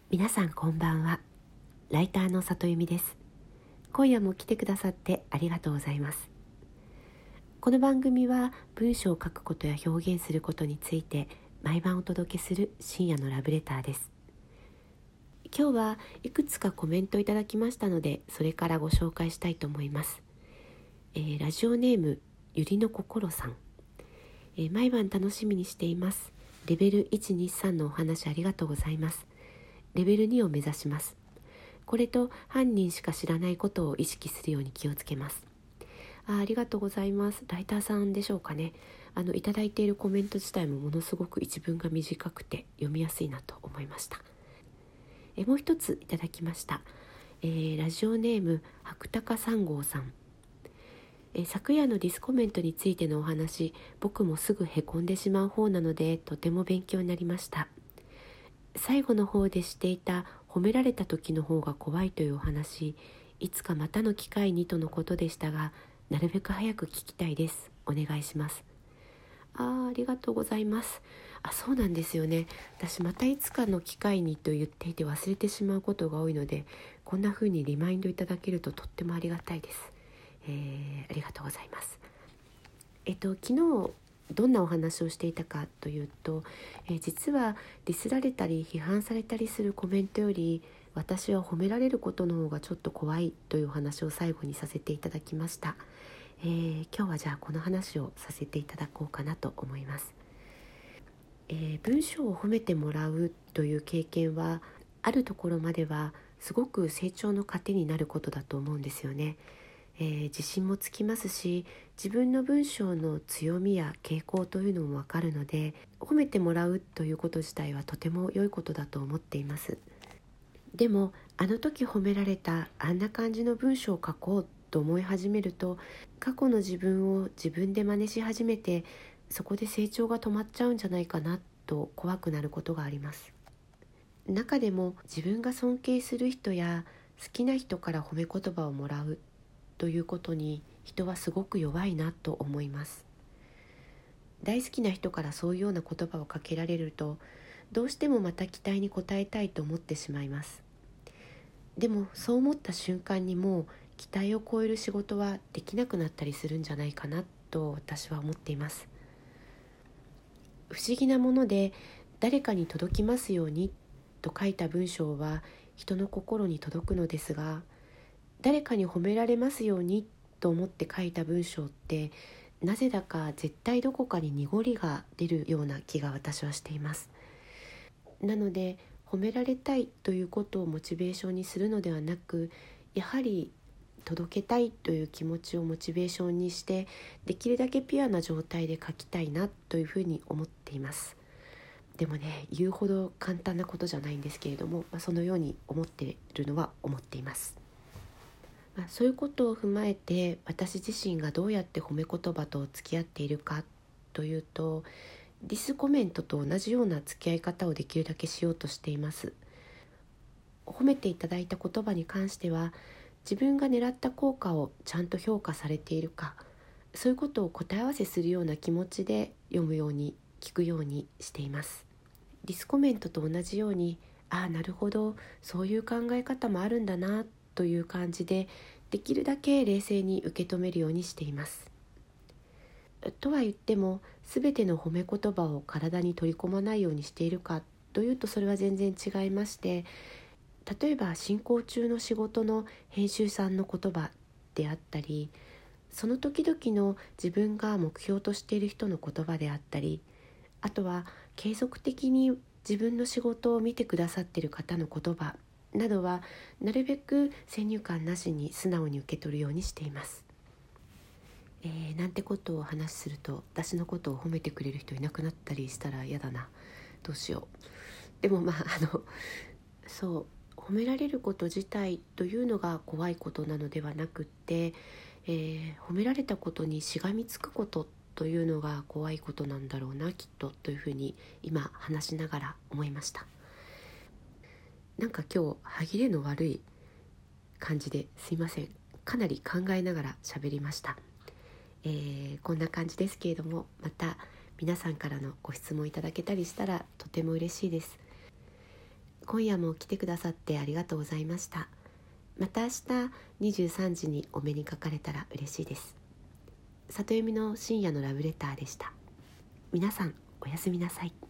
皆さんこんばんは。ライターの里由美です。今夜も来てくださってありがとうございます。この番組は文章を書くことや表現することについて毎晩お届けする深夜のラブレターです。今日はいくつかコメントいただきましたので、それからご紹介したいと思います。ラジオネームゆりの心さん、毎晩楽しみにしています。レベル123のお話ありがとうございます。レベル2を目指します。これと犯人しか知らないことを意識するように気をつけます。ありがとうございます。ライターさんでしょうかね。いただいているコメント自体もものすごく一文が短くて読みやすいなと思いました。もう一ついただきました。ラジオネーム白鷹3号さん。昨夜のディスコメントについてのお話、僕もすぐへこんでしまう方なのでとても勉強になりました。最後の方でしていた褒められた時の方が怖いというお話、いつかまたの機会にとのことでしたが、なるべく早く聞きたいです。お願いします。ありがとうございます。そうなんですよね。私またいつかの機会にと言っていて忘れてしまうことが多いので、こんな風にリマインドいただけるととってもありがたいです。ありがとうございます。昨日どんなお話をしていたかというと、実はディスられたり批判されたりするコメントより、私は褒められることの方がちょっと怖いというお話を最後にさせていただきました。今日はじゃあこの話をさせていただこうかなと思います。文章を褒めてもらうという経験はあるところまではすごく成長の糧になることだと思うんですよね。自信もつきますし、自分の文章の強みや傾向というのもわかるので、褒めてもらうということ自体はとても良いことだと思っています。でもあの時褒められたあんな感じの文章を書こうと思い始めると、過去の自分を自分で真似し始めて、そこで成長が止まっちゃうんじゃないかなと怖くなることがあります。中でも自分が尊敬する人や好きな人から褒め言葉をもらうということに人はすごく弱いなと思います。大好きな人からそういうような言葉をかけられると、どうしてもまた期待に応えたいと思ってしまいます。でもそう思った瞬間にもう期待を超える仕事はできなくなったりするんじゃないかなと私は思っています。不思議なもので、誰かに届きますようにと書いた文章は人の心に届くのですが、誰かに褒められますようにと思って書いた文章って、なぜだか絶対どこかに濁りが出るような気が私はしています。なので褒められたいということをモチベーションにするのではなく、やはり届けたいという気持ちをモチベーションにして、できるだけピュアな状態で書きたいなというふうに思っています。でもね、言うほど簡単なことじゃないんですけれども、そのように思っているのは思っています。そういうことを踏まえて、私自身がどうやって褒め言葉と付き合っているかというと、ディスコメントと同じような付き合い方をできるだけしようとしています。褒めていただいた言葉に関しては、自分が狙った効果をちゃんと評価されているか、そういうことを答え合わせするような気持ちで読むように聞くようにしています。ディスコメントと同じように、なるほど、そういう考え方もあるんだなという感じで、できるだけ冷静に受け止めるようにしています。とは言っても、全ての褒め言葉を体に取り込まないようにしているかというと、それは全然違いまして、例えば進行中の仕事の編集さんの言葉であったり、その時々の自分が目標としている人の言葉であったり、あとは継続的に自分の仕事を見てくださっている方の言葉などは、なるべく先入観なしに素直に受け取るようにしています。なんてことを話すると、私のことを褒めてくれる人いなくなったりしたら嫌だな。どうしよう。でもそう褒められること自体というのが怖いことなのではなくって、褒められたことにしがみつくことというのが怖いことなんだろうな、きっとというふうに今話しながら思いました。なんか今日歯切れの悪い感じですいません。かなり考えながら喋りました。こんな感じですけれども、また皆さんからのご質問いただけたりしたらとても嬉しいです。 今夜も来てくださってありがとうございました。また明日23時にお目にかかれたら嬉しいです。里由美の深夜のラブレターでした。皆さんおやすみなさい。